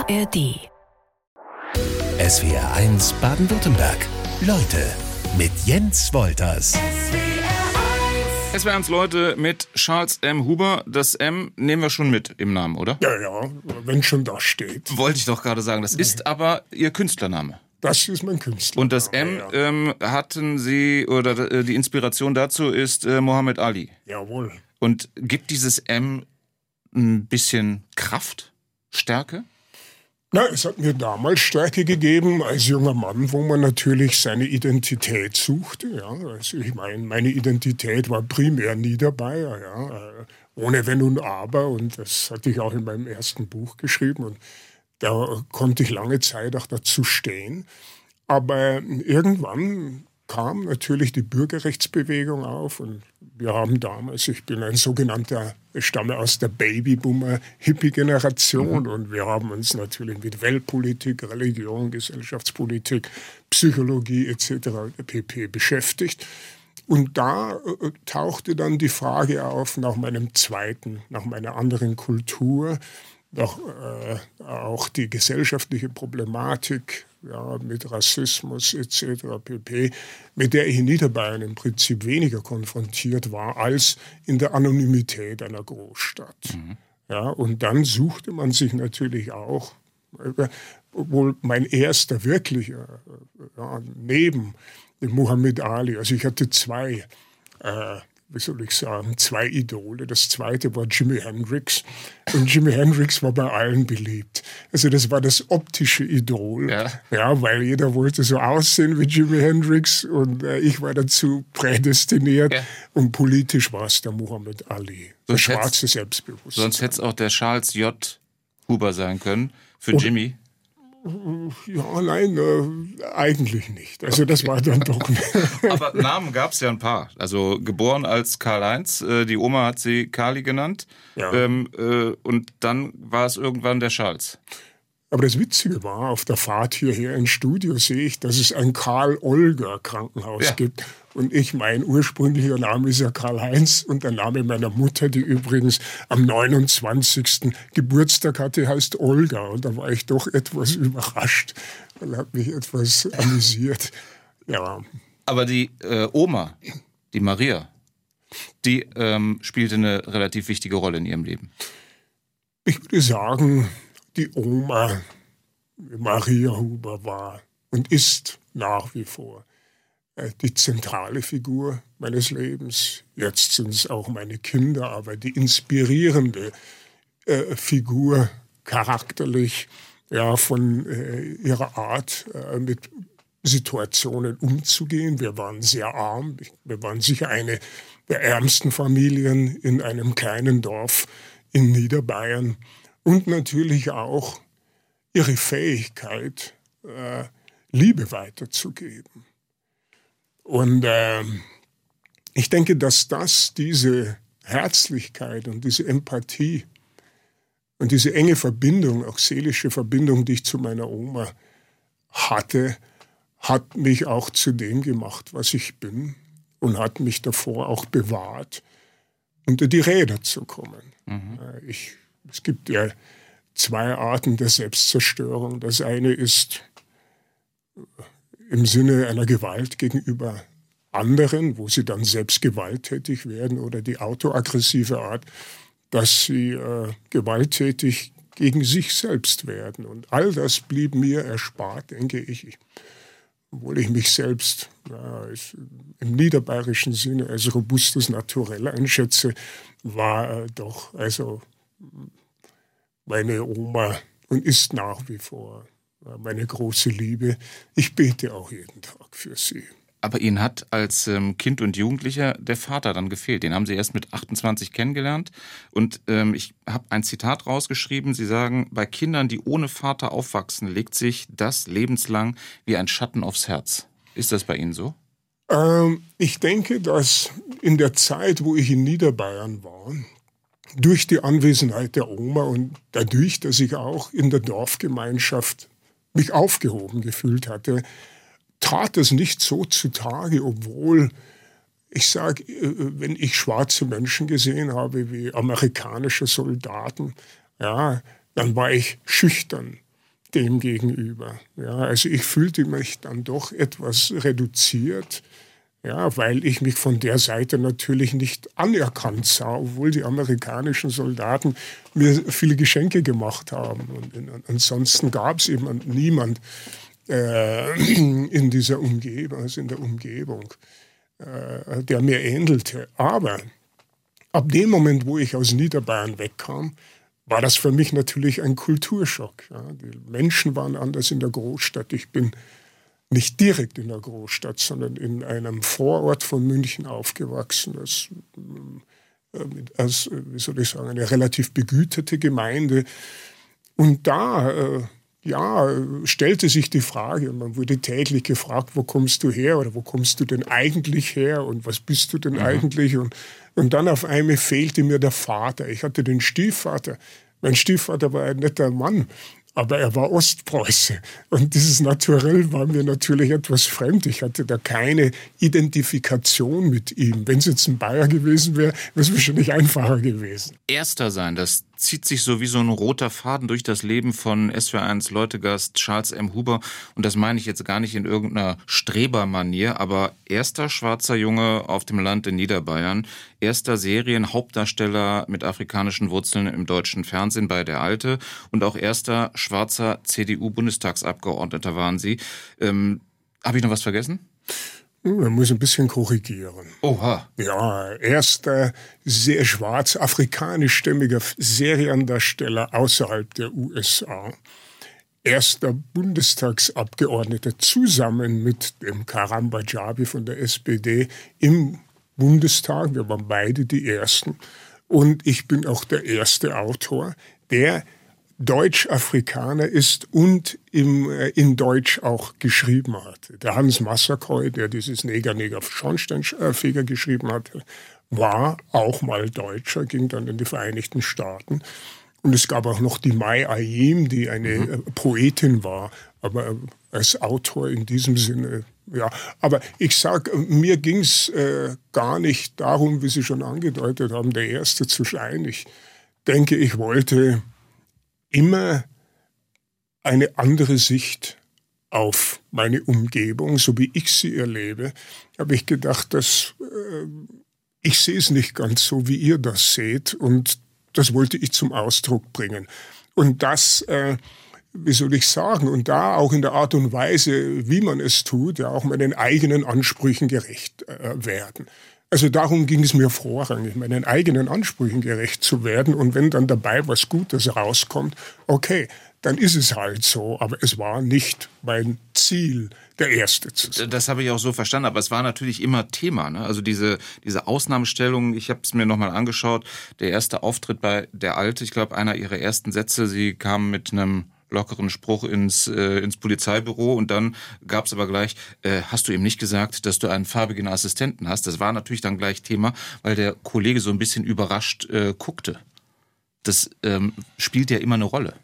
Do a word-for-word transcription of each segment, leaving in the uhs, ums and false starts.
A R D. S W R eins Baden-Württemberg. Leute mit Jens Wolters. S W R eins Leute mit Charles M. Huber. Das M nehmen wir schon mit im Namen, oder? Ja, ja, wenn schon da steht. Wollte ich doch gerade sagen. Das ist aber Ihr Künstlername. Das ist mein Künstlername. Und das M ja. ähm, hatten Sie, oder äh, die Inspiration dazu ist äh, Mohammed Ali. Jawohl. Und gibt dieses M ein bisschen Kraft, Stärke? Na, es hat mir damals Stärke gegeben als junger Mann, wo man natürlich seine Identität suchte. Ja, also ich meine, meine Identität war primär Niederbayer, ja, ohne Wenn und Aber. Und das hatte ich auch in meinem ersten Buch geschrieben. Und da konnte ich lange Zeit auch dazu stehen. Aber irgendwann kam natürlich die Bürgerrechtsbewegung auf und wir haben damals, ich bin ein sogenannter, ich stamme aus der Babyboomer-Hippie-Generation mhm. und wir haben uns natürlich mit Weltpolitik, Religion, Gesellschaftspolitik, Psychologie et cetera pp. Beschäftigt. Und da äh, tauchte dann die Frage auf nach meinem zweiten, nach meiner anderen Kultur, nach, äh, auch die gesellschaftliche Problematik, ja, mit Rassismus et cetera pp., mit der ich in Niederbayern im Prinzip weniger konfrontiert war als in der Anonymität einer Großstadt. Mhm. Ja, und dann suchte man sich natürlich auch, obwohl mein erster wirklicher, ja, neben dem Muhammad Ali, also ich hatte zwei, äh, wie soll ich sagen, zwei Idole. Das zweite war Jimi Hendrix. Und Jimi Hendrix war bei allen beliebt. Also das war das optische Idol. Ja, ja, weil jeder wollte so aussehen wie Jimi Hendrix und äh, ich war dazu prädestiniert. Ja. Und politisch war es der Muhammad Ali. Der schwarze Selbstbewusstsein. Sonst hätte es auch der Charles J. Huber sein können für und, Jimmy. Ja, nein, äh, eigentlich nicht. Also das war dann doch... Aber Namen gab es ja ein paar. Also geboren als Karl-Heinz, äh, die Oma hat sie Kali genannt. Ja. Ähm, äh, und dann war es irgendwann der Charles. Aber das Witzige war, auf der Fahrt hierher ins Studio sehe ich, dass es ein Karl-Olger-Krankenhaus ja. gibt. Und ich, mein ursprünglicher Name ist ja Karl-Heinz und der Name meiner Mutter, die übrigens am neunundzwanzigsten Geburtstag hatte, heißt Olga. Und da war ich doch etwas überrascht und hat mich etwas amüsiert. Ja. Aber die äh, Oma, die Maria, die ähm, spielte eine relativ wichtige Rolle in ihrem Leben. Ich würde sagen, die Oma Maria Huber war und ist nach wie vor die zentrale Figur meines Lebens. Jetzt sind es auch meine Kinder, aber die inspirierende äh, Figur, charakterlich, ja, von äh, ihrer Art, äh, mit Situationen umzugehen. Wir waren sehr arm. Wir waren sicher eine der ärmsten Familien in einem kleinen Dorf in Niederbayern. Und natürlich auch ihre Fähigkeit, äh, Liebe weiterzugeben. Und äh, ich denke, dass das, diese Herzlichkeit und diese Empathie und diese enge Verbindung, auch seelische Verbindung, die ich zu meiner Oma hatte, hat mich auch zu dem gemacht, was ich bin und hat mich davor auch bewahrt, unter die Räder zu kommen. Mhm. Ich, es gibt ja zwei Arten der Selbstzerstörung. Das eine ist im Sinne einer Gewalt gegenüber anderen, wo sie dann selbst gewalttätig werden, oder die autoaggressive Art, dass sie äh, gewalttätig gegen sich selbst werden. Und all das blieb mir erspart, denke ich, ich obwohl ich mich selbst ja, im niederbayerischen Sinne als robustes Naturell einschätze, war äh, doch also meine Oma und ist nach wie vor meine große Liebe. Ich bete auch jeden Tag für sie. Aber Ihnen hat als ähm, Kind und Jugendlicher der Vater dann gefehlt. Den haben Sie erst mit achtundzwanzig kennengelernt. Und ähm, ich habe ein Zitat rausgeschrieben. Sie sagen, bei Kindern, die ohne Vater aufwachsen, legt sich das lebenslang wie ein Schatten aufs Herz. Ist das bei Ihnen so? Ähm, ich denke, dass in der Zeit, wo ich in Niederbayern war, durch die Anwesenheit der Oma und dadurch, dass ich auch in der Dorfgemeinschaft mich aufgehoben gefühlt hatte, trat das nicht so zutage, obwohl, ich sage, wenn ich schwarze Menschen gesehen habe wie amerikanische Soldaten, ja, dann war ich schüchtern. dem gegenüber. Ja, also ich fühlte mich dann doch etwas reduziert, ja, weil ich mich von der Seite natürlich nicht anerkannt sah, obwohl die amerikanischen Soldaten mir viele Geschenke gemacht haben. Und, und ansonsten gab es eben niemand äh, in dieser Umgebung, also in der Umgebung, äh, der mir ähnelte. Aber ab dem Moment, wo ich aus Niederbayern wegkam, war das für mich natürlich ein Kulturschock. Ja. Die Menschen waren anders in der Großstadt. Ich bin nicht direkt in der Großstadt, sondern in einem Vorort von München aufgewachsen, als, als wie soll ich sagen, eine relativ begüterte Gemeinde. Und da äh, ja, stellte sich die Frage, man wurde täglich gefragt, wo kommst du her oder wo kommst du denn eigentlich her und was bist du denn mhm. eigentlich? Und, und dann auf einmal fehlte mir der Vater. Ich hatte den Stiefvater. Mein Stiefvater war ein netter Mann, aber er war Ostpreuße. Und dieses Naturell war mir natürlich etwas fremd. Ich hatte da keine Identifikation mit ihm. Wenn es jetzt ein Bayer gewesen wäre, wäre es wahrscheinlich einfacher gewesen. Erster sein, das zieht sich so wie so ein roter Faden durch das Leben von S W R eins Leutegast Charles M. Huber. Und das meine ich jetzt gar nicht in irgendeiner Strebermanier, aber erster schwarzer Junge auf dem Land in Niederbayern, erster Serienhauptdarsteller mit afrikanischen Wurzeln im deutschen Fernsehen bei Der Alte und auch erster schwarzer C D U-Bundestagsabgeordneter waren Sie. Ähm, habe ich noch was vergessen? Man muss ein bisschen korrigieren. Oha. Ja, erster sehr schwarz, afrikanischstämmiger Seriendarsteller außerhalb der U S A. Erster Bundestagsabgeordneter zusammen mit dem Karamba Djabi von der S P D im Bundestag. Wir waren beide die Ersten. Und ich bin auch der erste Autor, der Deutsch-Afrikaner ist und im, äh, in Deutsch auch geschrieben hat. Der Hans Massakoy, der dieses Neger, Neger, Schornsteinfeger geschrieben hat, war auch mal Deutscher, ging dann in die Vereinigten Staaten. Und es gab auch noch die Mai Ayim, die eine mhm. äh, Poetin war, aber äh, als Autor in diesem Sinne, ja. Aber ich sag, mir ging's äh, gar nicht darum, wie Sie schon angedeutet haben, der Erste zu sein. Ich denke, ich wollte immer eine andere Sicht auf meine Umgebung, so wie ich sie erlebe, habe ich gedacht, dass äh, ich sehe es nicht ganz so, wie ihr das seht, und das wollte ich zum Ausdruck bringen. Und das, äh, wie soll ich sagen, und da auch in der Art und Weise, wie man es tut, ja auch meinen eigenen Ansprüchen gerecht äh, werden. Also darum ging es mir vorrangig, meinen eigenen Ansprüchen gerecht zu werden. Und wenn dann dabei was Gutes rauskommt, okay, dann ist es halt so. Aber es war nicht mein Ziel, der Erste zu sein. Das habe ich auch so verstanden, aber es war natürlich immer Thema, ne? Also diese, diese Ausnahmestellung, ich habe es mir nochmal angeschaut, der erste Auftritt bei Der Alte, ich glaube, einer ihrer ersten Sätze, sie kamen mit einem lockeren Spruch ins, äh, ins Polizeibüro, und dann gab es aber gleich, äh, hast du ihm nicht gesagt, dass du einen farbigen Assistenten hast? Das war natürlich dann gleich Thema, weil der Kollege so ein bisschen überrascht äh, guckte. Das ähm, spielt ja immer eine Rolle.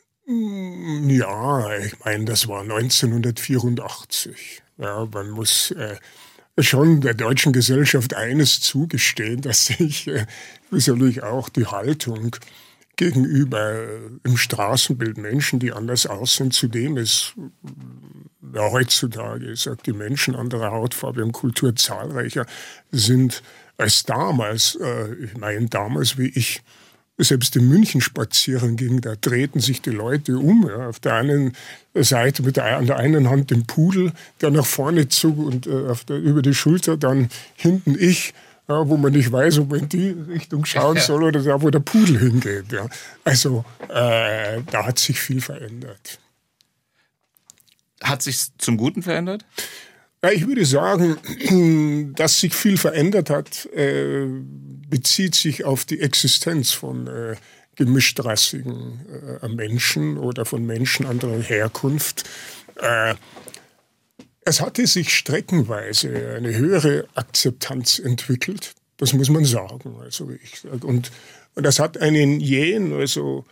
Ja, ich meine, das war neunzehnhundertvierundachtzig. Ja, man muss äh, schon der deutschen Gesellschaft eines zugestehen, dass sich äh, sicherlich auch die Haltung gegenüber im Straßenbild Menschen, die anders aussehen, zudem ist ja, heutzutage, ich sag, die Menschen anderer Hautfarbe und Kultur zahlreicher sind als damals. Ich meine, damals, wie ich selbst in München spazieren ging, da drehten sich die Leute um. Ja, auf der einen Seite mit der, an der einen Hand den Pudel, der nach vorne zog, und äh, auf der, über die Schulter dann hinten ich, ja, wo man nicht weiß, ob man in die Richtung schauen soll oder da, wo der Pudel hingeht. Ja. Also äh, da hat sich viel verändert. Hat sich zum Guten verändert? Ja, ich würde sagen, dass sich viel verändert hat, äh, bezieht sich auf die Existenz von äh, gemischtrassigen äh, Menschen oder von Menschen anderer Herkunft. Äh, Es hatte sich streckenweise eine höhere Akzeptanz entwickelt, das muss man sagen. Also ich sag, und, und das hat einen jähen also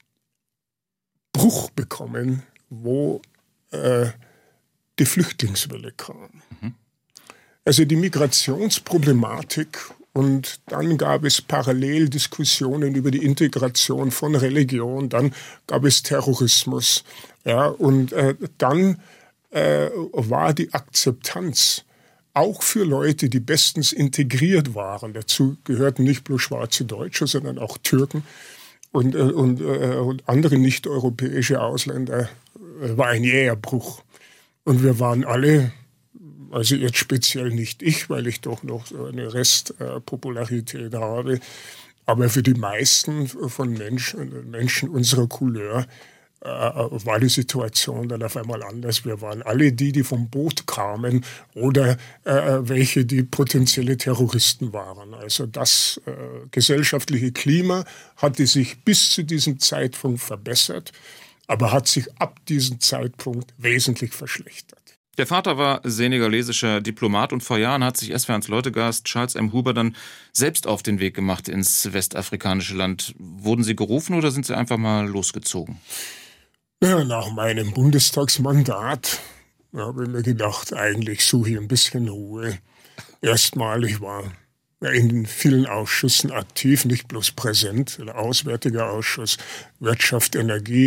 Bruch bekommen, wo äh, die Flüchtlingswelle kam. Mhm. Also die Migrationsproblematik, und dann gab es parallel Diskussionen über die Integration von Religion, dann gab es Terrorismus. Ja, und äh, dann äh, war die Akzeptanz auch für Leute, die bestens integriert waren. Dazu gehörten nicht bloß schwarze Deutsche, sondern auch Türken und, äh, und, äh, und andere nicht-europäische Ausländer, äh, war ein jäher Bruch. Und wir waren alle, also jetzt speziell nicht ich, weil ich doch noch so eine Restpopularität äh, habe, aber für die meisten von Menschen, Menschen unserer Couleur äh, war die Situation dann auf einmal anders. Wir waren alle die, die vom Boot kamen oder äh, welche, die potenzielle Terroristen waren. Also das äh, gesellschaftliche Klima hatte sich bis zu diesem Zeitpunkt verbessert, aber hat sich ab diesem Zeitpunkt wesentlich verschlechtert. Der Vater war senegalesischer Diplomat und vor Jahren hat sich S W R eins Leutegast Charles M. Huber dann selbst auf den Weg gemacht ins westafrikanische Land. Wurden Sie gerufen oder sind Sie einfach mal losgezogen? Ja, nach meinem Bundestagsmandat habe ich mir gedacht, eigentlich suche ich ein bisschen Ruhe. Erstmal, ich war in vielen Ausschüssen aktiv, nicht bloß präsent, der Auswärtige Ausschuss, Wirtschaft, Energie,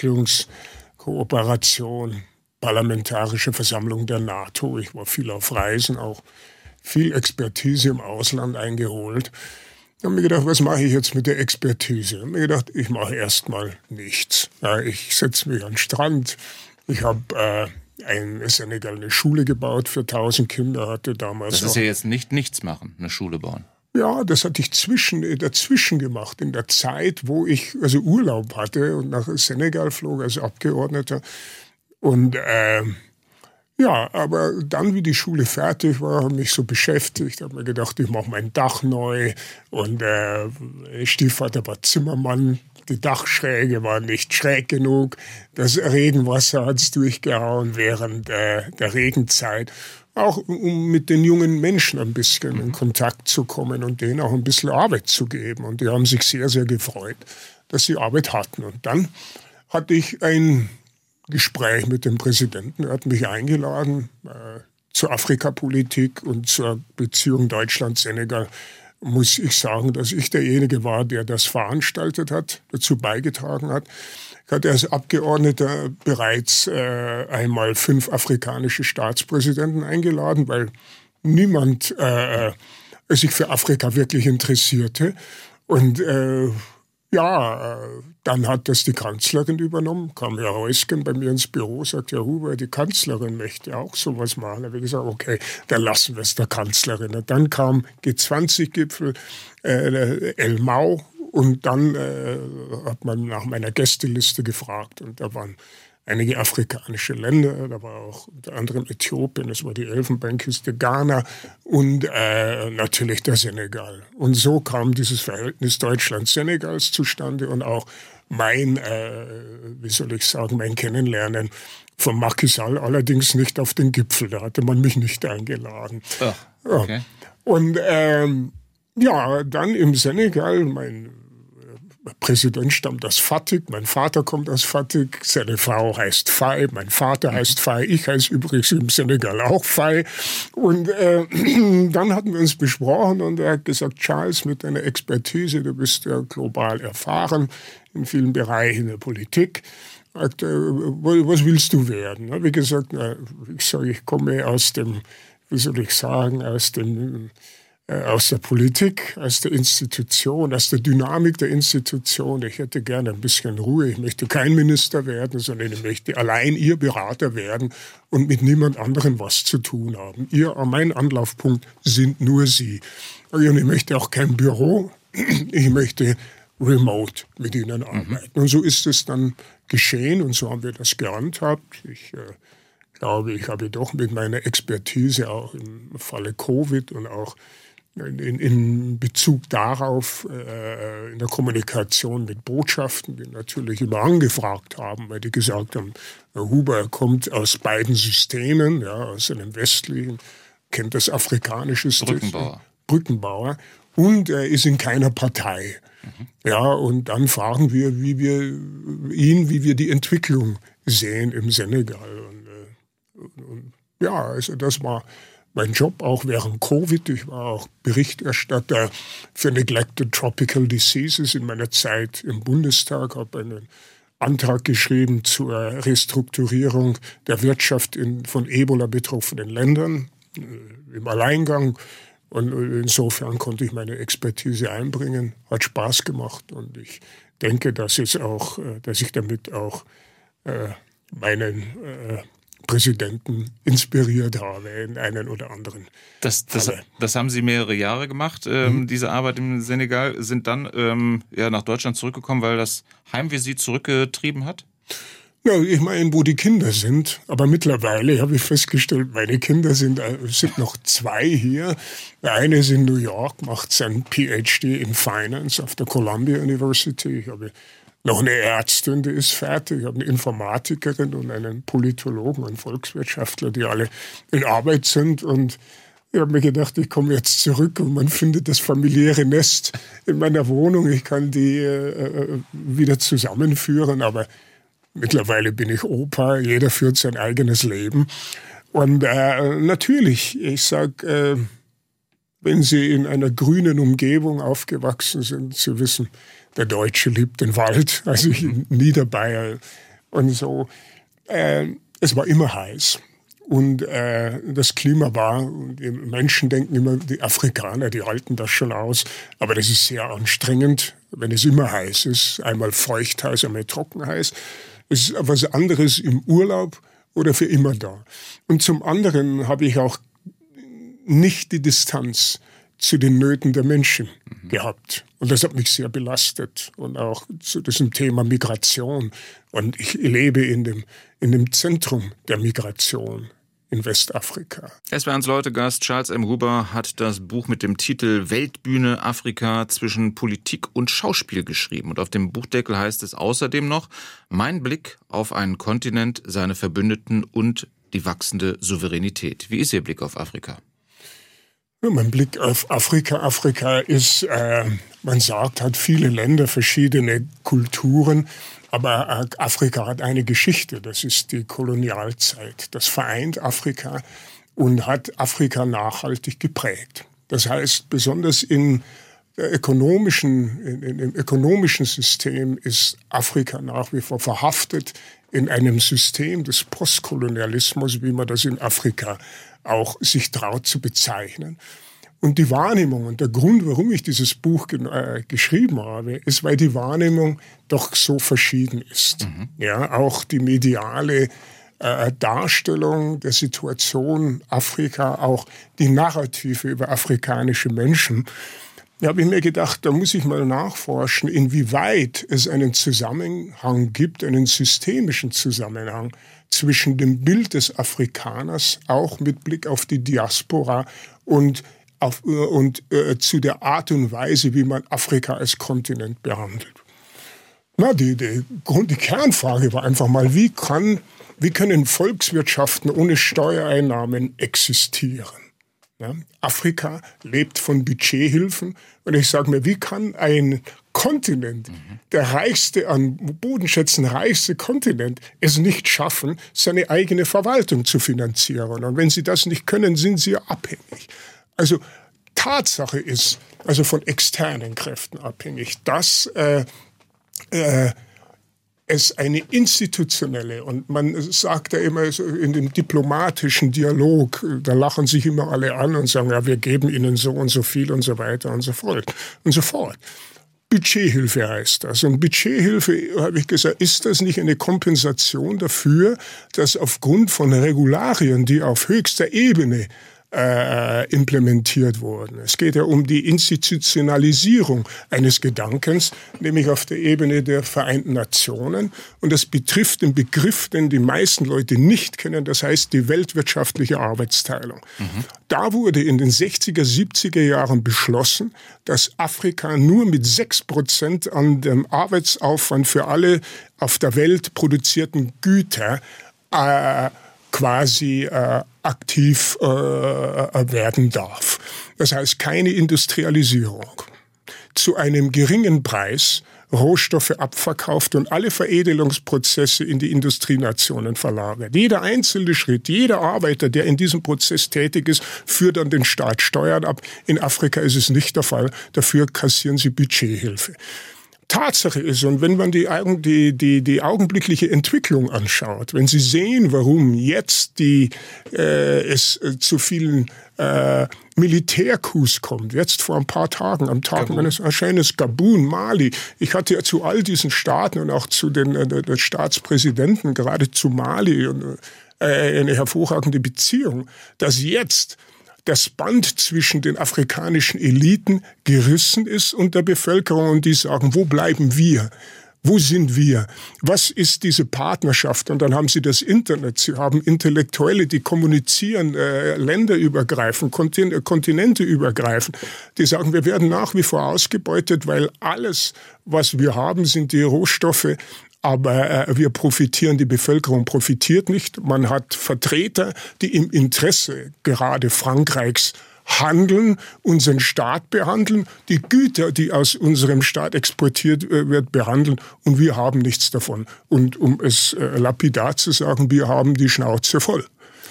Entwicklungskooperation, Parlamentarische Versammlung der NATO. Ich war viel auf Reisen, auch viel Expertise im Ausland eingeholt. Ich habe mir gedacht, was mache ich jetzt mit der Expertise? Ich habe mir gedacht, ich mache erstmal nichts. Ja, ich setze mich an den Strand. Ich habe äh, in Senegal eine Schule gebaut für tausend Kinder, hatte damals. Das ist ja jetzt nicht nichts machen, eine Schule bauen. Ja, das hatte ich zwischen, dazwischen gemacht, in der Zeit, wo ich also Urlaub hatte und nach Senegal flog als Abgeordneter. Und äh, ja, aber dann, wie die Schule fertig war, habe ich mich so beschäftigt, habe mir gedacht, ich mache mein Dach neu. Und äh, Stiefvater war Zimmermann, die Dachschräge war nicht schräg genug, das Regenwasser hat es durchgehauen während äh, der Regenzeit. Auch um mit den jungen Menschen ein bisschen in Kontakt zu kommen und denen auch ein bisschen Arbeit zu geben. Und die haben sich sehr, sehr gefreut, dass sie Arbeit hatten. Und dann hatte ich ein Gespräch mit dem Präsidenten. Er hat mich eingeladen äh, zur Afrikapolitik und zur Beziehung Deutschland-Senegal. Muss ich sagen, dass ich derjenige war, der das veranstaltet hat, dazu beigetragen hat. Ich hatte als Abgeordneter bereits äh, einmal fünf afrikanische Staatspräsidenten eingeladen, weil niemand äh, sich für Afrika wirklich interessierte. Und äh, Ja, dann hat das die Kanzlerin übernommen, kam Herr Heusgen bei mir ins Büro, sagt, Herr Huber, die Kanzlerin möchte auch sowas machen. Da habe ich gesagt, okay, dann lassen wir es der Kanzlerin. Und dann kam G zwanzig Gipfel, äh, El Mau, und dann äh, hat man nach meiner Gästeliste gefragt. Und da waren einige afrikanische Länder, da war auch unter anderem Äthiopien, das war die Elfenbeinküste, Ghana und äh, natürlich der Senegal. Und so kam dieses Verhältnis Deutschland-Senegals zustande und auch mein, äh, wie soll ich sagen, mein Kennenlernen von Macky Sall, allerdings nicht auf den Gipfel, da hatte man mich nicht eingeladen. Ach, okay. Ja. Und ähm, ja, dann im Senegal, mein Präsident stammt aus Fatick, mein Vater kommt aus Fatick, seine Frau heißt Faye, mein Vater heißt Faye, ich heiße übrigens im Senegal auch Faye. Und äh, dann hatten wir uns besprochen und er hat gesagt, Charles, mit deiner Expertise, du bist ja global erfahren in vielen Bereichen der Politik. Sagt, äh, was willst du werden? Da habe ich gesagt, na, ich sage, ich komme aus dem, wie soll ich sagen, aus dem aus der Politik, aus der Institution, aus der Dynamik der Institution. Ich hätte gerne ein bisschen Ruhe. Ich möchte kein Minister werden, sondern ich möchte allein Ihr Berater werden und mit niemand anderem was zu tun haben. Ihr, mein Anlaufpunkt sind nur Sie. Und ich möchte auch kein Büro. Ich möchte remote mit Ihnen arbeiten. Mhm. Und so ist es dann geschehen und so haben wir das gehandhabt. Ich äh, glaube, ich habe doch mit meiner Expertise auch im Falle Covid und auch In, in Bezug darauf, äh, in der Kommunikation mit Botschaften, die natürlich immer angefragt haben, weil die gesagt haben, Herr Huber kommt aus beiden Systemen, ja, aus einem westlichen, kennt das afrikanische System, Brückenbauer. Brückenbauer, und er ist in keiner Partei. Mhm. Ja, und dann fragen wir, wie wir ihn, wie wir die Entwicklung sehen im Senegal. Und, äh, und ja, also das war mein Job auch während Covid. Ich war auch Berichterstatter für Neglected Tropical Diseases in meiner Zeit im Bundestag, habe einen Antrag geschrieben zur Restrukturierung der Wirtschaft in von Ebola betroffenen Ländern äh, im Alleingang. Und insofern konnte ich meine Expertise einbringen, hat Spaß gemacht und ich denke, dass, es auch, dass ich damit auch äh, meinen äh, Präsidenten inspiriert habe in einen oder anderen. Das, das, das haben Sie mehrere Jahre gemacht, ähm, mhm. diese Arbeit im Senegal, sind dann ähm, ja, nach Deutschland zurückgekommen, weil das Heimweh Sie zurückgetrieben hat? Ja, ich meine, wo die Kinder sind. Aber mittlerweile habe ich festgestellt, meine Kinder sind, sind noch zwei hier. Der eine ist in New York, macht sein P H D in Finance auf der Columbia University. Ich habe noch eine Ärztin, die ist fertig. Ich habe eine Informatikerin und einen Politologen, einen Volkswirtschaftler, die alle in Arbeit sind. Und ich habe mir gedacht, ich komme jetzt zurück und man findet das familiäre Nest in meiner Wohnung. Ich kann die äh, wieder zusammenführen, aber mittlerweile bin ich Opa, jeder führt sein eigenes Leben. Und äh, natürlich, ich sage, äh, wenn Sie in einer grünen Umgebung aufgewachsen sind, Sie wissen, der Deutsche liebt den Wald, also ich in Niederbayern und so. Äh, es war immer heiß. Und äh, das Klima war, die Menschen denken immer, die Afrikaner, die halten das schon aus. Aber das ist sehr anstrengend, wenn es immer heiß ist. Einmal feucht heiß, einmal trocken heiß. Es ist was anderes im Urlaub oder für immer da. Und zum anderen habe ich auch nicht die Distanz zu den Nöten der Menschen mhm. gehabt. Und das hat mich sehr belastet. Und auch zu diesem Thema Migration. Und ich lebe in dem, in dem Zentrum der Migration in Westafrika. S W R eins Leute-Gast Charles M. Huber hat das Buch mit dem Titel Weltbühne Afrika zwischen Politik und Schauspiel geschrieben. Und auf dem Buchdeckel heißt es außerdem noch, mein Blick auf einen Kontinent, seine Verbündeten und die wachsende Souveränität. Wie ist Ihr Blick auf Afrika? Ja, mein Blick auf Afrika, Afrika ist, äh, man sagt, hat viele Länder, verschiedene Kulturen. Aber Afrika hat eine Geschichte, das ist die Kolonialzeit. Das vereint Afrika und hat Afrika nachhaltig geprägt. Das heißt, besonders in der ökonomischen, in, in, im ökonomischen System ist Afrika nach wie vor verhaftet in einem System des Postkolonialismus, wie man das in Afrika auch sich traut zu bezeichnen. Und die Wahrnehmung und der Grund, warum ich dieses Buch ge- äh, geschrieben habe, ist, weil die Wahrnehmung doch so verschieden ist. Mhm. Ja, auch die mediale äh, Darstellung der Situation Afrika, auch die Narrative über afrikanische Menschen. Da habe ich mir gedacht, da muss ich mal nachforschen, inwieweit es einen Zusammenhang gibt, einen systemischen Zusammenhang zwischen dem Bild des Afrikaners, auch mit Blick auf die Diaspora und Auf, und äh, zu der Art und Weise, wie man Afrika als Kontinent behandelt. Na, die, die, Grund, die Kernfrage war einfach mal, wie, kann, wie können Volkswirtschaften ohne Steuereinnahmen existieren? Ja? Afrika lebt von Budgethilfen und ich sage mir, wie kann ein Kontinent, mhm. der reichste, an Bodenschätzen reichste Kontinent, es nicht schaffen, seine eigene Verwaltung zu finanzieren? Und wenn sie das nicht können, sind sie abhängig. Also Tatsache ist, also von externen Kräften abhängig, dass äh, äh, es eine institutionelle, und man sagt ja immer so in dem diplomatischen Dialog, da lachen sich immer alle an und sagen, ja, wir geben ihnen so und so viel und so weiter und so fort und so fort. Budgethilfe heißt das. Und Budgethilfe, habe ich gesagt, ist das nicht eine Kompensation dafür, dass aufgrund von Regularien, die auf höchster Ebene Äh, implementiert wurden. Es geht ja um die Institutionalisierung eines Gedankens, nämlich auf der Ebene der Vereinten Nationen. Und das betrifft den Begriff, den die meisten Leute nicht kennen, das heißt die weltwirtschaftliche Arbeitsteilung. Mhm. Da wurde in den sechziger, siebziger Jahren beschlossen, dass Afrika nur mit sechs Prozent an dem Arbeitsaufwand für alle auf der Welt produzierten Güter äh, quasi äh, aktiv äh, werden darf. Das heißt, keine Industrialisierung. Zu einem geringen Preis Rohstoffe abverkauft und alle Veredelungsprozesse in die Industrienationen verlagert. Jeder einzelne Schritt, jeder Arbeiter, der in diesem Prozess tätig ist, führt an den Staat Steuern ab. In Afrika ist es nicht der Fall. Dafür kassieren sie Budgethilfe. Tatsache ist, und wenn man die, die, die, die augenblickliche Entwicklung anschaut, wenn Sie sehen, warum jetzt die, äh, es äh, zu vielen äh, Militärcoups kommt, jetzt vor ein paar Tagen, am Tag Gabun. meines Erscheinens, Gabun, Mali. Ich hatte ja zu all diesen Staaten und auch zu den, äh, den Staatspräsidenten, gerade zu Mali, äh, eine hervorragende Beziehung, dass jetzt das Band zwischen den afrikanischen Eliten gerissen ist und der Bevölkerung, und die sagen, wo bleiben wir? Wo sind wir? Was ist diese Partnerschaft? Und dann haben sie das Internet, sie haben Intellektuelle, die kommunizieren, äh, länderübergreifend, kontin- kontinenteübergreifend. Die sagen, wir werden nach wie vor ausgebeutet, weil alles, was wir haben, sind die Rohstoffe. Aber äh, wir profitieren, die Bevölkerung profitiert nicht. Man hat Vertreter, die im Interesse gerade Frankreichs handeln, unseren Staat behandeln, die Güter, die aus unserem Staat exportiert äh, wird, behandeln, und wir haben nichts davon. Und um es äh, lapidar zu sagen, wir haben die Schnauze voll.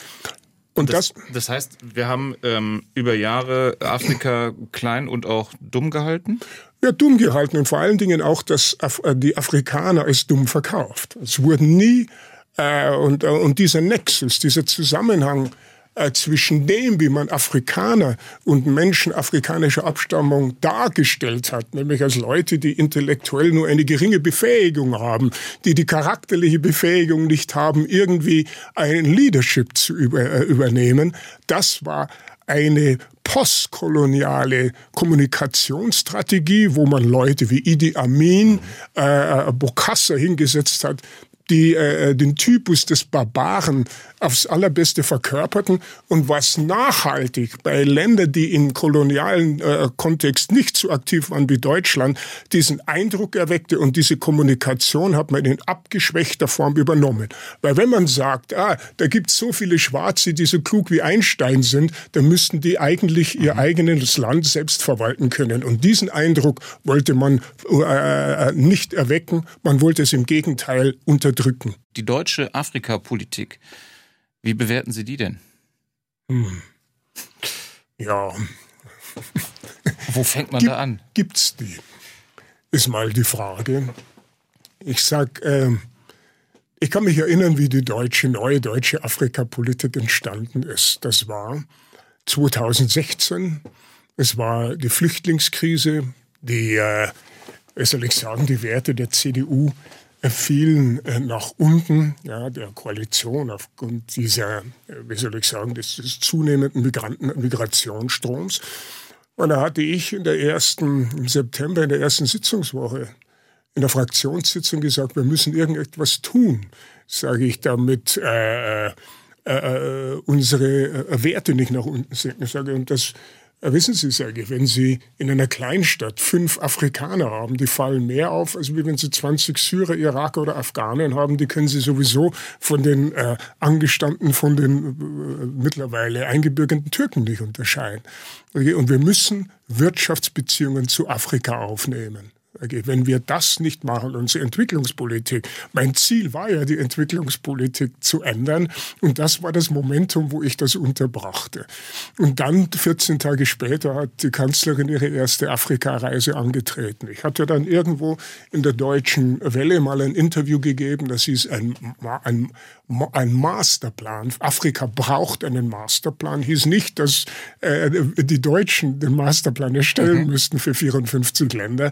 Und das, das, das heißt, wir haben ähm, über Jahre Afrika klein und auch dumm gehalten? Ja, dumm gehalten, und vor allen Dingen auch, dass Af- die Afrikaner als dumm verkauft. Es wurden nie, äh, und, und dieser Nexus, dieser Zusammenhang äh, zwischen dem, wie man Afrikaner und Menschen afrikanischer Abstammung dargestellt hat, nämlich als Leute, die intellektuell nur eine geringe Befähigung haben, die die charakterliche Befähigung nicht haben, irgendwie ein Leadership zu über, äh, übernehmen, das war eine postkoloniale Kommunikationsstrategie, wo man Leute wie Idi Amin, äh, Bokassa hingesetzt hat, die äh, den Typus des Barbaren aufs Allerbeste verkörperten, und was nachhaltig bei Ländern, die im kolonialen äh, Kontext nicht so aktiv waren wie Deutschland, diesen Eindruck erweckte, und diese Kommunikation hat man in abgeschwächter Form übernommen. Weil wenn man sagt, ah, da gibt es so viele Schwarze, die so klug wie Einstein sind, dann müssten die eigentlich ihr eigenes Land selbst verwalten können. Und diesen Eindruck wollte man äh, nicht erwecken, man wollte es im Gegenteil unterdrücken. Die deutsche Afrikapolitik, wie bewerten Sie die denn? Hm. Ja. Wo fängt man Gib, da an? Gibt's die? Ist mal die Frage. Ich sag, äh, ich kann mich erinnern, wie die deutsche, neue deutsche Afrikapolitik entstanden ist. Das war zweitausendsechzehn. Es war die Flüchtlingskrise, die, äh, wie soll ich sagen, die Werte der C D U fielen nach unten, ja, der Koalition aufgrund dieser, wie soll ich sagen, des, des zunehmenden Migranten- Migrationsstroms. Und da hatte ich in der ersten, im September, in der ersten Sitzungswoche, in der Fraktionssitzung gesagt, wir müssen irgendetwas tun, sage ich, damit äh, äh, unsere Werte nicht nach unten sinken. Ich sage, und das wissen Sie, sage ich, wenn Sie in einer Kleinstadt fünf Afrikaner haben, die fallen mehr auf, als wenn Sie zwanzig Syrer, Iraker oder Afghanen haben. Die können Sie sowieso von den äh, angestammten, von den äh, mittlerweile eingebürgerten Türken nicht unterscheiden. Okay? Und wir müssen Wirtschaftsbeziehungen zu Afrika aufnehmen. Okay, wenn wir das nicht machen, unsere Entwicklungspolitik, mein Ziel war ja, die Entwicklungspolitik zu ändern, und das war das Momentum, wo ich das unterbrachte. Und dann, vierzehn Tage später, hat die Kanzlerin ihre erste Afrika-Reise angetreten. Ich hatte dann irgendwo in der Deutschen Welle mal ein Interview gegeben, das hieß ein, ein, ein Masterplan. Afrika braucht einen Masterplan. Hieß nicht, dass äh, die Deutschen den Masterplan erstellen mhm. müssten für vierundfünfzig Länder.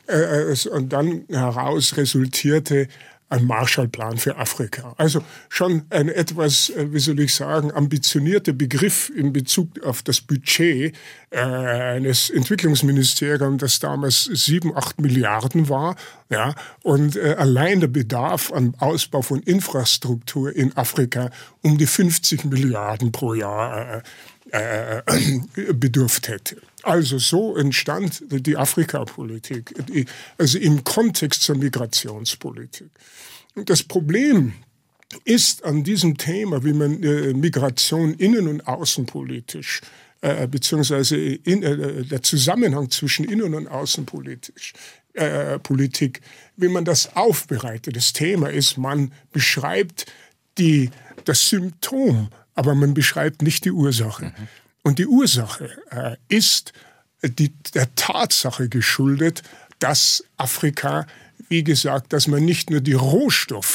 Und dann heraus resultierte ein Marshallplan für Afrika. Also schon ein etwas, wie soll ich sagen, ambitionierter Begriff in Bezug auf das Budget äh, eines Entwicklungsministeriums, das damals sieben, acht Milliarden war. Ja, und äh, allein der Bedarf an Ausbau von Infrastruktur in Afrika um die fünfzig Milliarden pro Jahr äh, äh, bedurft hätte. Also so entstand die Afrikapolitik, also im Kontext zur Migrationspolitik. Und das Problem ist an diesem Thema, wie man äh, Migration innen- und außenpolitisch, äh, beziehungsweise in, äh, der Zusammenhang zwischen innen- und außenpolitisch, äh, Politik, wie man das aufbereitet. Das Thema ist, man beschreibt die, das Symptom, aber man beschreibt nicht die Ursache. Mhm. Und die Ursache äh, ist die, der Tatsache geschuldet, dass Afrika, wie gesagt, dass man nicht nur die Rohstoffe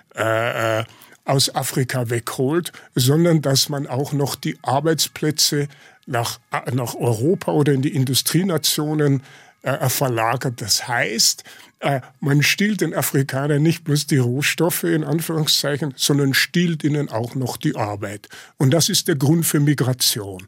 äh, aus Afrika wegholt, sondern dass man auch noch die Arbeitsplätze nach, nach Europa oder in die Industrienationen äh, verlagert. Das heißt, äh, man stiehlt den Afrikanern nicht bloß die Rohstoffe, in Anführungszeichen, sondern stiehlt ihnen auch noch die Arbeit. Und das ist der Grund für Migration.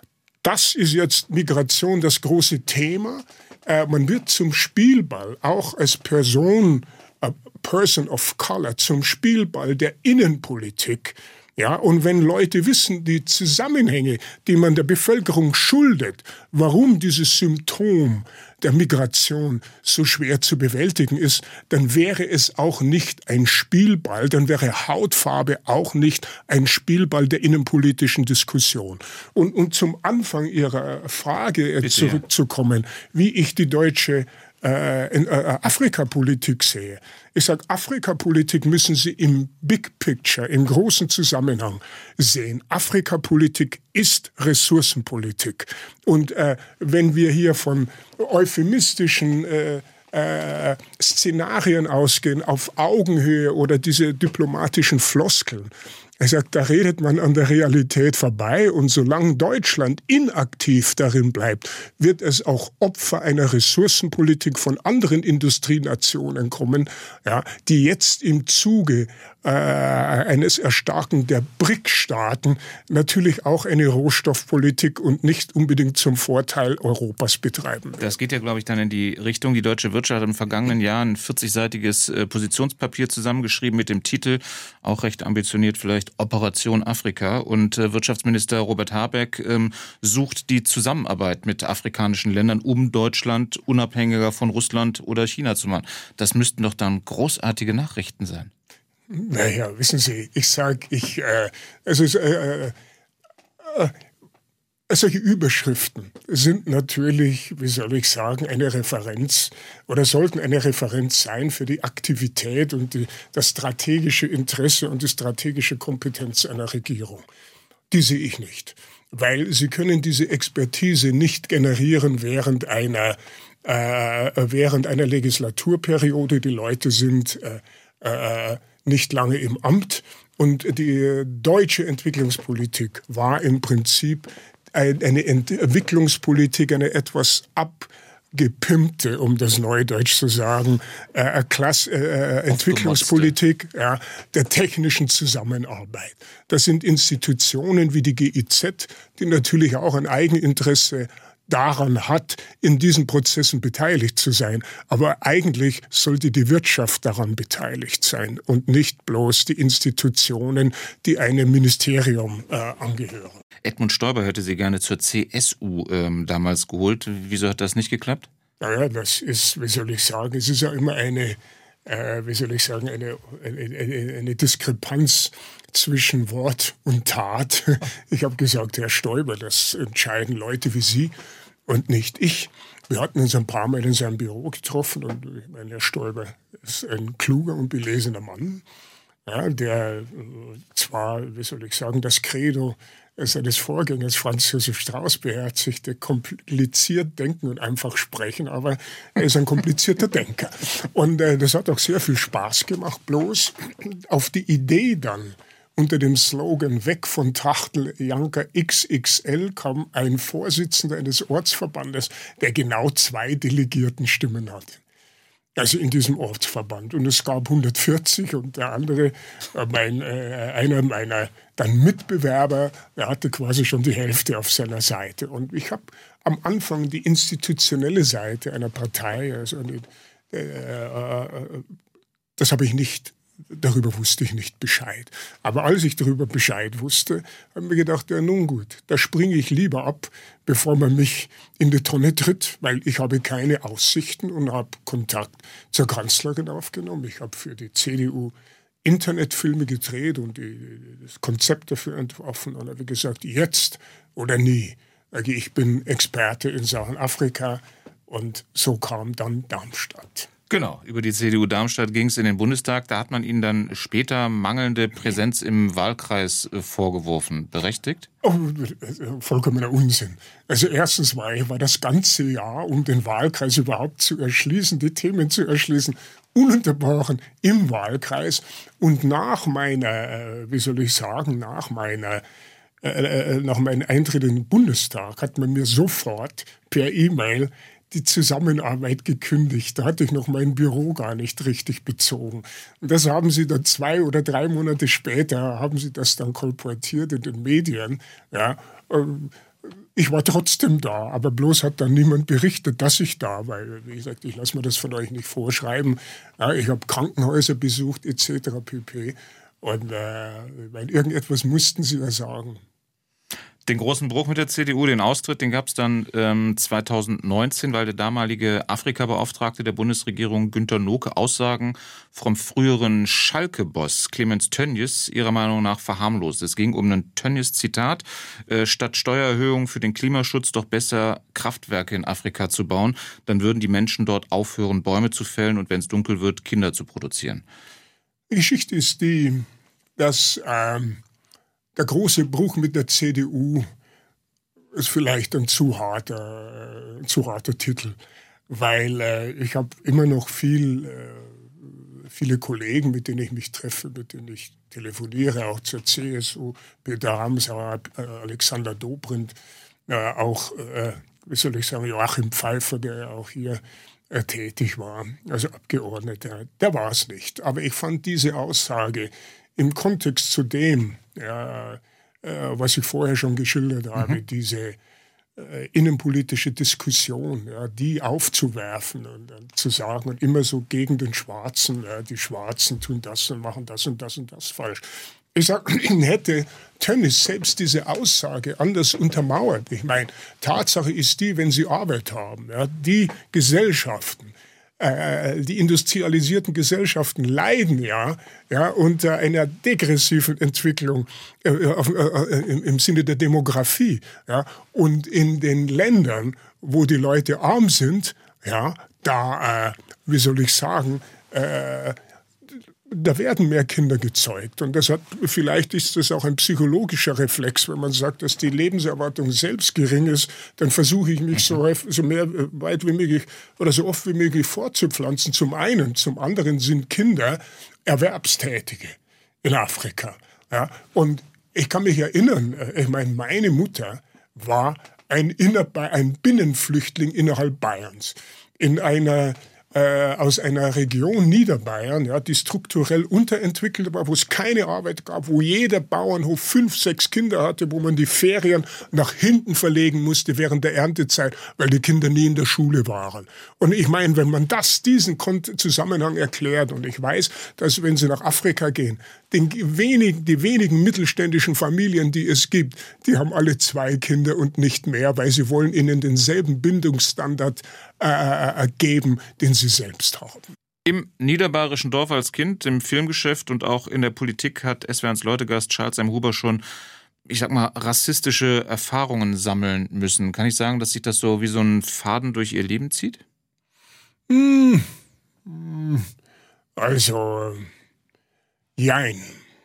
Das ist jetzt Migration das große Thema. Äh, man wird zum Spielball, auch als Person, a person of color, zum Spielball der Innenpolitik. Ja, und wenn Leute wissen, die Zusammenhänge, die man der Bevölkerung schuldet, warum dieses Symptom der Migration so schwer zu bewältigen ist, dann wäre es auch nicht ein Spielball, dann wäre Hautfarbe auch nicht ein Spielball der innenpolitischen Diskussion. Und, und zum Anfang Ihrer Frage Bitte, zurückzukommen, ja. wie ich die deutsche äh, in, äh, Afrikapolitik sehe. Ich sage, Afrikapolitik müssen Sie im Big Picture, im großen Zusammenhang sehen. Afrikapolitik ist Ressourcenpolitik. Und äh, wenn wir hier von euphemistischen äh, äh, Szenarien ausgehen, auf Augenhöhe oder diese diplomatischen Floskeln, er sagt, da redet man an der Realität vorbei und solange Deutschland inaktiv darin bleibt, wird es auch Opfer einer Ressourcenpolitik von anderen Industrienationen kommen, ja, die jetzt im Zuge äh, eines Erstarken der B R I C-Staaten natürlich auch eine Rohstoffpolitik und nicht unbedingt zum Vorteil Europas betreiben. Das geht ja, glaube ich, dann in die Richtung. Die deutsche Wirtschaft hat im vergangenen Jahr ein vierzigseitiges äh, Positionspapier zusammengeschrieben mit dem Titel, auch recht ambitioniert vielleicht, Operation Afrika. Und äh, Wirtschaftsminister Robert Habeck ähm, sucht die Zusammenarbeit mit afrikanischen Ländern, um Deutschland unabhängiger von Russland oder China zu machen. Das müssten doch dann großartige Nachrichten sein. Naja, wissen Sie, ich sage, ich, äh, also, äh, äh, solche Überschriften sind natürlich, wie soll ich sagen, eine Referenz oder sollten eine Referenz sein für die Aktivität und die, das strategische Interesse und die strategische Kompetenz einer Regierung. Die sehe ich nicht, weil sie können diese Expertise nicht generieren während einer, äh, während einer Legislaturperiode. Die Leute sind äh, äh, nicht lange im Amt und die deutsche Entwicklungspolitik war im Prinzip eine Entwicklungspolitik, eine etwas abgepimpte, um das Neudeutsch zu sagen, äh, Klasse, äh, Entwicklungspolitik ja, der technischen Zusammenarbeit. Das sind Institutionen wie die G I Z, die natürlich auch ein Eigeninteresse daran hat, in diesen Prozessen beteiligt zu sein. Aber eigentlich sollte die Wirtschaft daran beteiligt sein und nicht bloß die Institutionen, die einem Ministerium äh, angehören. Edmund Stoiber hätte Sie gerne zur C S U ähm, damals geholt. Wieso hat das nicht geklappt? Naja, das ist, wie soll ich sagen, es ist ja immer eine, äh, wie soll ich sagen, eine, eine, eine, eine Diskrepanz zwischen Wort und Tat. Ich habe gesagt, Herr Stoiber, das entscheiden Leute wie Sie und nicht ich. Wir hatten uns ein paar Mal in seinem Büro getroffen und ich meine, Herr Stoiber ist ein kluger und belesener Mann, ja, der zwar, wie soll ich sagen, das Credo seines Vorgängers Franz Josef Strauß beherzigte, kompliziert denken und einfach sprechen, aber er ist ein komplizierter Denker. Und äh, das hat auch sehr viel Spaß gemacht, bloß auf die Idee dann, unter dem Slogan "Weg von Trachtel-Janker X X L" kam ein Vorsitzender eines Ortsverbandes, der genau zwei Delegiertenstimmen hatte. Also in diesem Ortsverband. Und es gab hundertvierzig und der andere, äh, mein, äh, einer meiner dann Mitbewerber, der hatte quasi schon die Hälfte auf seiner Seite. Und ich habe am Anfang die institutionelle Seite einer Partei, also eine, äh, äh, das habe ich nicht Darüber wusste ich nicht Bescheid. Aber als ich darüber Bescheid wusste, habe ich mir gedacht, ja nun gut, da springe ich lieber ab, bevor man mich in die Tonne tritt, weil ich habe keine Aussichten und habe Kontakt zur Kanzlerin aufgenommen. Ich habe für die C D U Internetfilme gedreht und die, das Konzept dafür entworfen und habe gesagt, jetzt oder nie. Ich bin Experte in Sachen Afrika und so kam dann Darmstadt. Genau, über die C D U Darmstadt ging es in den Bundestag. Da hat man Ihnen dann später mangelnde Präsenz im Wahlkreis vorgeworfen. Berechtigt? Oh, vollkommener Unsinn. Also erstens war ich war das ganze Jahr, um den Wahlkreis überhaupt zu erschließen, die Themen zu erschließen, ununterbrochen im Wahlkreis. Und nach meiner, wie soll ich sagen, nach meiner äh, nach meinem Eintritt in den Bundestag hat man mir sofort per E-Mail die Zusammenarbeit gekündigt. Da hatte ich noch mein Büro gar nicht richtig bezogen. Und das haben sie dann zwei oder drei Monate später, haben sie das dann kolportiert in den Medien. Ja, ich war trotzdem da, aber bloß hat dann niemand berichtet, dass ich da war. Weil, wie gesagt, ich lasse mir das von euch nicht vorschreiben. Ja, ich habe Krankenhäuser besucht et cetera pp. Und äh, weil irgendetwas mussten sie ja sagen. Den großen Bruch mit der C D U, den Austritt, den gab es dann ähm, zweitausendneunzehn, weil der damalige Afrika-Beauftragte der Bundesregierung Günter Noke Aussagen vom früheren Schalke-Boss Clemens Tönnies ihrer Meinung nach verharmlost. Es ging um ein Tönnies-Zitat, äh, statt Steuererhöhung für den Klimaschutz doch besser Kraftwerke in Afrika zu bauen, dann würden die Menschen dort aufhören, Bäume zu fällen und wenn es dunkel wird, Kinder zu produzieren. Die Geschichte ist die, dass ähm der große Bruch mit der C D U ist vielleicht ein zu harter, äh, zu harter Titel, weil äh, ich habe immer noch viel, äh, viele Kollegen, mit denen ich mich treffe, mit denen ich telefoniere, auch zur C S U, Peter Ramsauer, äh, Alexander Dobrindt, äh, auch, äh, wie soll ich sagen, Joachim Pfeiffer, der ja auch hier äh, tätig war, also Abgeordneter, der war es nicht. Aber ich fand diese Aussage im Kontext zu dem, ja, äh, was ich vorher schon geschildert habe, mhm. diese äh, innenpolitische Diskussion, ja, die aufzuwerfen und, und zu sagen und immer so gegen den Schwarzen, ja, die Schwarzen tun das und machen das und das und das falsch. Ich sage, hätte Tönnies selbst diese Aussage anders untermauert. Ich meine, Tatsache ist die, wenn sie Arbeit haben, ja, die Gesellschaften, die industrialisierten Gesellschaften leiden ja, ja unter einer degressiven Entwicklung äh, äh, im, im Sinne der Demografie. Ja. Und in den Ländern, wo die Leute arm sind, ja, da, äh, wie soll ich sagen, äh, da werden mehr Kinder gezeugt. Und das hat, vielleicht ist das auch ein psychologischer Reflex, wenn man sagt, dass die Lebenserwartung selbst gering ist, dann versuche ich mich so, so mehr weit wie möglich oder so oft wie möglich fortzupflanzen. Zum einen, zum anderen sind Kinder Erwerbstätige in Afrika. Ja? Und ich kann mich erinnern, ich meine, meine Mutter war ein, Inner- ein Binnenflüchtling innerhalb Bayerns. In einer Äh, aus einer Region Niederbayern, ja, die strukturell unterentwickelt war, wo es keine Arbeit gab, wo jeder Bauernhof fünf, sechs Kinder hatte, wo man die Ferien nach hinten verlegen musste während der Erntezeit, weil die Kinder nie in der Schule waren. Und ich meine, wenn man das, diesen Zusammenhang erklärt, und ich weiß, dass wenn Sie nach Afrika gehen, den wenigen, die wenigen mittelständischen Familien, die es gibt, die haben alle zwei Kinder und nicht mehr, weil sie wollen ihnen denselben Bildungsstandard äh, geben, den sie selbst haben. Im niederbayerischen Dorf als Kind, im Filmgeschäft und auch in der Politik hat S W R eins Leutegast Charles M. Huber schon, ich sag mal, rassistische Erfahrungen sammeln müssen. Kann ich sagen, dass sich das so wie so ein Faden durch Ihr Leben zieht? Also, jein.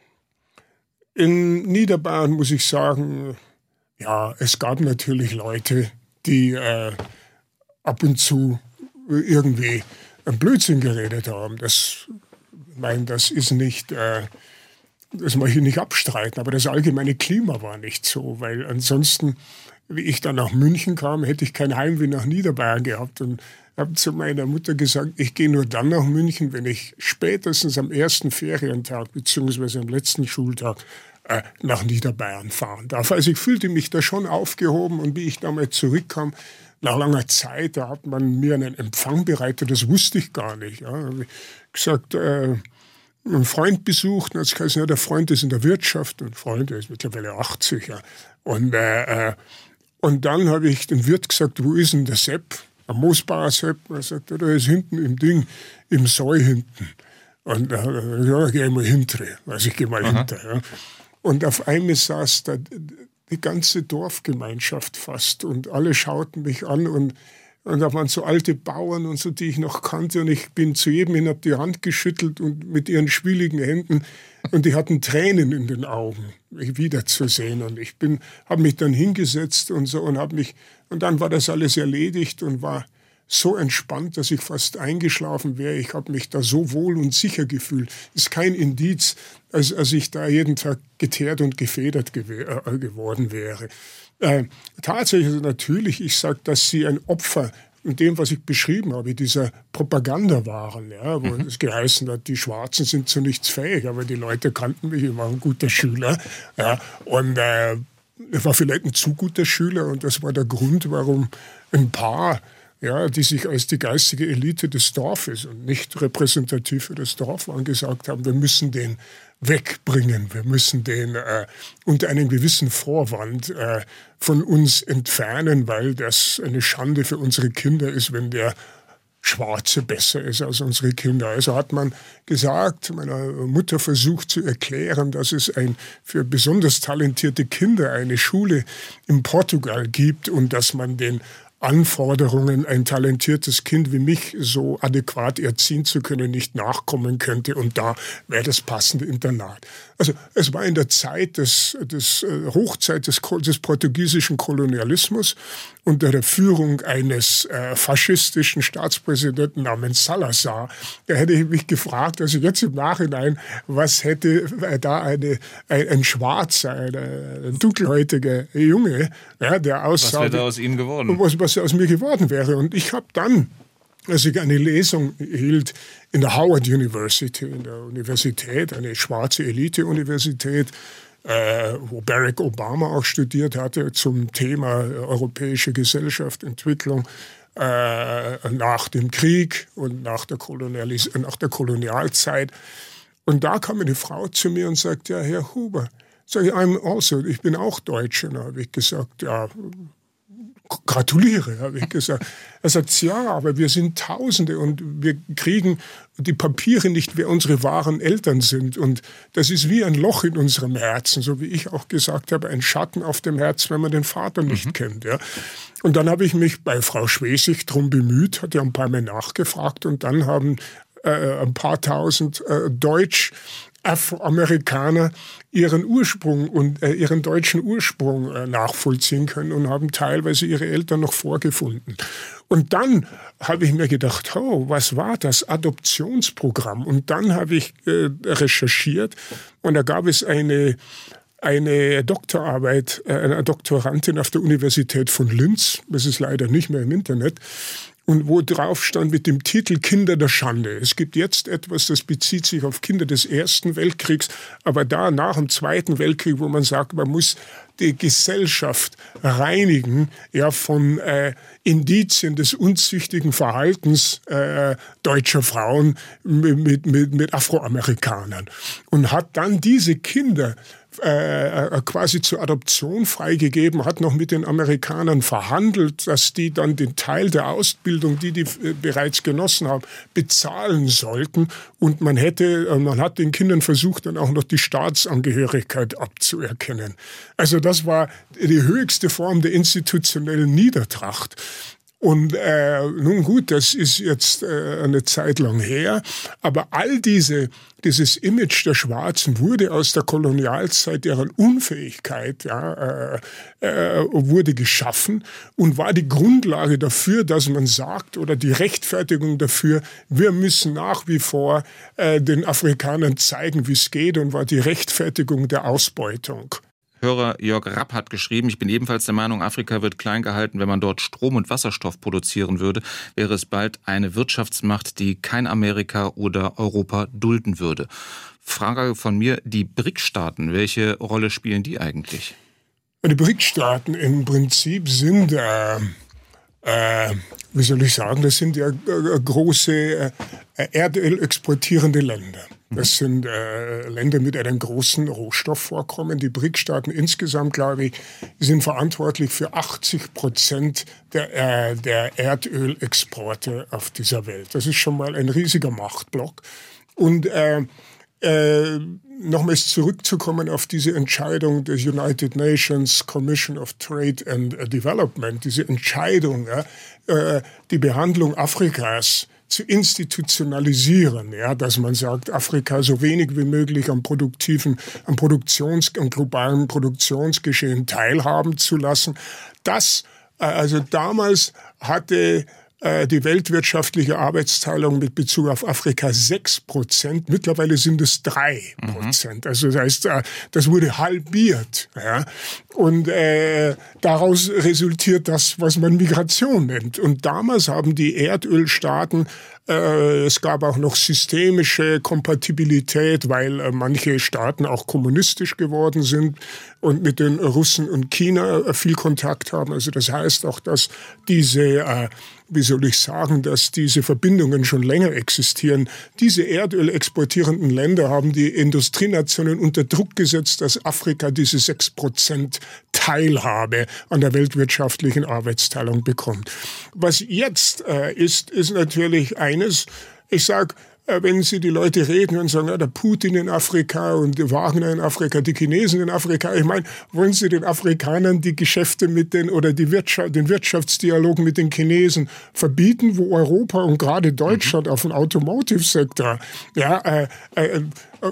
In Niederbayern muss ich sagen, ja, es gab natürlich Leute, die äh, ab und zu irgendwie einen Blödsinn geredet haben. Das, ich meine, das ist nicht, äh, das möchte ich nicht abstreiten, aber das allgemeine Klima war nicht so, weil ansonsten, wie ich dann nach München kam, hätte ich kein Heimweh nach Niederbayern gehabt und habe zu meiner Mutter gesagt, ich gehe nur dann nach München, wenn ich spätestens am ersten Ferientag beziehungsweise am letzten Schultag äh, nach Niederbayern fahren darf. Also ich fühlte mich da schon aufgehoben und wie ich damals zurückkam, nach langer Zeit, da hat man mir einen Empfang bereitet, das wusste ich gar nicht. Ja. Da habe ich gesagt, äh, einen Freund besucht, und das heißt, ja, der Freund ist in der Wirtschaft, ein Freund, der ist mittlerweile achtzig. Ja. Und, äh, und dann habe ich den Wirt gesagt, wo ist denn der Sepp? Ein Moosbauer Sepp. Er sagt, ja, der ist hinten im Ding, im Säu hinten. Und da äh, ja, gehe ich mal hinter. Also ich gehe mal Aha. hinter. Ja. Und auf einmal saß da die ganze Dorfgemeinschaft fast und alle schauten mich an und Und da waren so alte Bauern und so, die ich noch kannte. Und ich bin zu jedem hin, habe die Hand geschüttelt und mit ihren schwieligen Händen. Und die hatten Tränen in den Augen, mich wiederzusehen. Und ich bin, habe mich dann hingesetzt und so und habe mich, und dann war das alles erledigt und war so entspannt, dass ich fast eingeschlafen wäre. Ich habe mich da so wohl und sicher gefühlt. Ist kein Indiz, als, als ich da jeden Tag geteert und gefedert gew- äh, geworden wäre. Äh, tatsächlich natürlich, ich sage, dass sie ein Opfer in dem, was ich beschrieben habe, dieser Propaganda waren, ja, wo mhm. es geheißen hat, die Schwarzen sind zu nichts fähig, aber die Leute kannten mich, ich war ein guter Schüler. Ja, und äh, ich war vielleicht ein zu guter Schüler und das war der Grund, warum ein paar, ja, die sich als die geistige Elite des Dorfes und nicht repräsentativ für das Dorf waren, gesagt haben, wir müssen den wegbringen, wir müssen den äh, unter einem gewissen Vorwand äh, von uns entfernen, weil das eine Schande für unsere Kinder ist, wenn der Schwarze besser ist als unsere Kinder. Also hat man gesagt, meiner Mutter versucht zu erklären, dass es ein für besonders talentierte Kinder eine Schule in Portugal gibt und dass man den Anforderungen, ein talentiertes Kind wie mich so adäquat erziehen zu können, nicht nachkommen könnte. Und da wäre das passende Internat. Also es war in der Zeit des, des äh, Hochzeit des, des portugiesischen Kolonialismus unter der Führung eines äh, faschistischen Staatspräsidenten namens Salazar. Da hätte ich mich gefragt, also jetzt im Nachhinein, was hätte äh, da eine, ein, ein schwarzer, ein, ein dunkelhäutiger Junge, ja, der aussah... Was wäre da aus ihm geworden? Was, was aus mir geworden wäre. Und ich habe dann, als ich eine Lesung hielt in der Howard University, in der Universität, eine schwarze Elite-Universität, äh, wo Barack Obama auch studiert hatte, zum Thema europäische Gesellschaft, Entwicklung äh, nach dem Krieg und nach der, Kolonialis- nach der Kolonialzeit. Und da kam eine Frau zu mir und sagte, ja, Herr Huber, sag ich, I'm also, ich bin auch Deutscher. Da habe ich gesagt, ja, gratuliere, habe ich gesagt. Er sagt, ja, aber wir sind Tausende und wir kriegen die Papiere nicht, wer unsere wahren Eltern sind. Und das ist wie ein Loch in unserem Herzen, so wie ich auch gesagt habe, ein Schatten auf dem Herz, wenn man den Vater nicht mhm. kennt. Ja. Und dann habe ich mich bei Frau Schwesig drum bemüht, hat ja ein paar Mal nachgefragt und dann haben äh, ein paar tausend äh, Deutsch Afroamerikaner ihren Ursprung und äh, ihren deutschen Ursprung äh, nachvollziehen können und haben teilweise ihre Eltern noch vorgefunden. Und dann habe ich mir gedacht, oh, was war das? Adoptionsprogramm. Und dann habe ich äh, recherchiert und da gab es eine eine Doktorarbeit, äh, eine Doktorandin auf der Universität von Linz, das ist leider nicht mehr im Internet, und wo drauf stand mit dem Titel Kinder der Schande. Es gibt jetzt etwas, das bezieht sich auf Kinder des Ersten Weltkriegs, aber da nach dem Zweiten Weltkrieg, wo man sagt, man muss die Gesellschaft reinigen, ja, von äh, Indizien des unzüchtigen Verhaltens äh, deutscher Frauen mit, mit, mit Afroamerikanern. Und hat dann diese Kinder äh, quasi zur Adoption freigegeben, hat noch mit den Amerikanern verhandelt, dass die dann den Teil der Ausbildung, die die äh, bereits genossen haben, bezahlen sollten. Und man hätte, äh, man hat den Kindern versucht, dann auch noch die Staatsangehörigkeit abzuerkennen. Also das war die höchste Form der institutionellen Niedertracht. Und äh, nun gut, das ist jetzt äh, eine Zeit lang her, aber all diese, dieses Image der Schwarzen wurde aus der Kolonialzeit, deren Unfähigkeit ja, äh, äh, wurde geschaffen und war die Grundlage dafür, dass man sagt, oder die Rechtfertigung dafür, wir müssen nach wie vor äh, den Afrikanern zeigen, wie es geht, und war die Rechtfertigung der Ausbeutung. Hörer Jörg Rapp hat geschrieben, ich bin ebenfalls der Meinung, Afrika wird klein gehalten. Wenn man dort Strom und Wasserstoff produzieren würde, wäre es bald eine Wirtschaftsmacht, die kein Amerika oder Europa dulden würde. Frage von mir, die B R I C-Staaten, welche Rolle spielen die eigentlich? Die B R I C-Staaten im Prinzip sind, äh, äh, wie soll ich sagen, das sind ja äh, große äh, Erdöl exportierende Länder. Das sind äh, Länder mit einem großen Rohstoffvorkommen. Die B R I C-Staaten insgesamt, glaube ich, sind verantwortlich für achtzig Prozent der, äh, der Erdölexporte auf dieser Welt. Das ist schon mal ein riesiger Machtblock. Und äh, äh, nochmals zurückzukommen auf diese Entscheidung des United Nations Commission of Trade and Development, diese Entscheidung, ja, äh, die Behandlung Afrikas zu institutionalisieren, ja, dass man sagt, Afrika so wenig wie möglich am produktiven, am Produktions, am globalen Produktionsgeschehen teilhaben zu lassen. Das, äh, also damals hatte äh, die weltwirtschaftliche Arbeitsteilung mit Bezug auf Afrika sechs Prozent. Mittlerweile sind es drei Prozent. Mhm. Also das heißt, äh, das wurde halbiert. Ja. Und äh, daraus resultiert das, was man Migration nennt. Und damals haben die Erdölstaaten, äh, es gab auch noch systemische Kompatibilität, weil äh, manche Staaten auch kommunistisch geworden sind und mit den Russen und China äh, viel Kontakt haben. Also das heißt auch, dass diese, äh, wie soll ich sagen, dass diese Verbindungen schon länger existieren. Diese Erdöl exportierenden Länder haben die Industrienationen unter Druck gesetzt, dass Afrika diese sechs Prozent Teilhabe an der weltwirtschaftlichen Arbeitsteilung bekommt. Was jetzt äh, ist, ist natürlich eines, ich sage, äh, wenn Sie die Leute reden und sagen, ja, der Putin in Afrika und der Wagner in Afrika, die Chinesen in Afrika, ich meine, wollen Sie den Afrikanern die Geschäfte mit den oder die Wirtschaft, den Wirtschaftsdialog mit den Chinesen verbieten, wo Europa und gerade Deutschland mhm. auf dem Automotive-Sektor, ja, äh, äh, äh,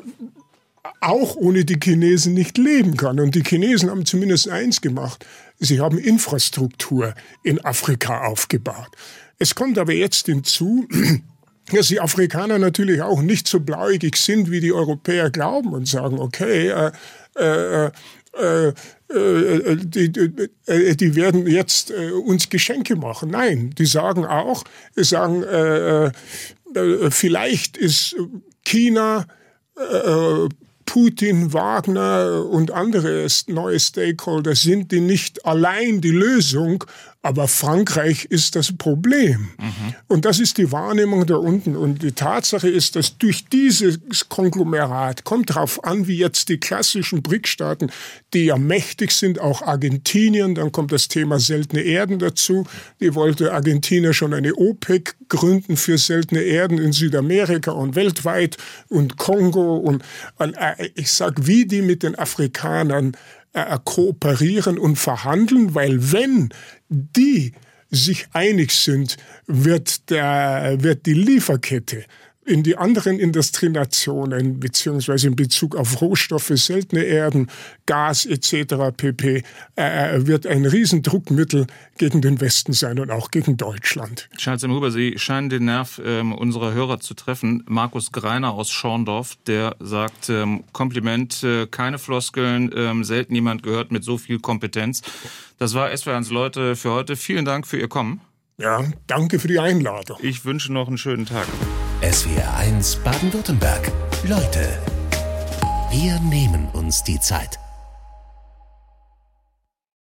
auch ohne die Chinesen nicht leben kann. Und die Chinesen haben zumindest eins gemacht. Sie haben Infrastruktur in Afrika aufgebaut. Es kommt aber jetzt hinzu, dass die Afrikaner natürlich auch nicht so blauäugig sind, wie die Europäer glauben und sagen, okay, äh, äh, äh, äh, die, äh, die werden jetzt äh, uns Geschenke machen. Nein, die sagen auch, sagen, äh, äh, vielleicht ist China, äh, Putin, Wagner und andere neue Stakeholder sind die nicht allein die Lösung, aber Frankreich ist das Problem. Mhm. Und das ist die Wahrnehmung da unten. Und die Tatsache ist, dass durch dieses Konglomerat, kommt darauf an, wie jetzt die klassischen B R I C-Staaten, die ja mächtig sind, auch Argentinien, dann kommt das Thema seltene Erden dazu. Die wollte Argentinien schon eine OPEC gründen für seltene Erden in Südamerika und weltweit und Kongo. Und ich sag, wie die mit den Afrikanern äh, kooperieren und verhandeln, weil wenn die sich einig sind, wird, der, wird die Lieferkette in die anderen Industrienationen beziehungsweise in Bezug auf Rohstoffe, seltene Erden, Gas et cetera pp. Äh, wird ein Riesendruckmittel gegen den Westen sein und auch gegen Deutschland. Charles M. Huber, Sie scheinen den Nerv ähm, unserer Hörer zu treffen. Markus Greiner aus Schorndorf, der sagt, ähm, Kompliment, äh, keine Floskeln, ähm, selten jemand gehört mit so viel Kompetenz. Das war S W R eins Leute für heute. Vielen Dank für Ihr Kommen. Ja, danke für die Einladung. Ich wünsche noch einen schönen Tag. S W R eins Baden-Württemberg. Leute, wir nehmen uns die Zeit.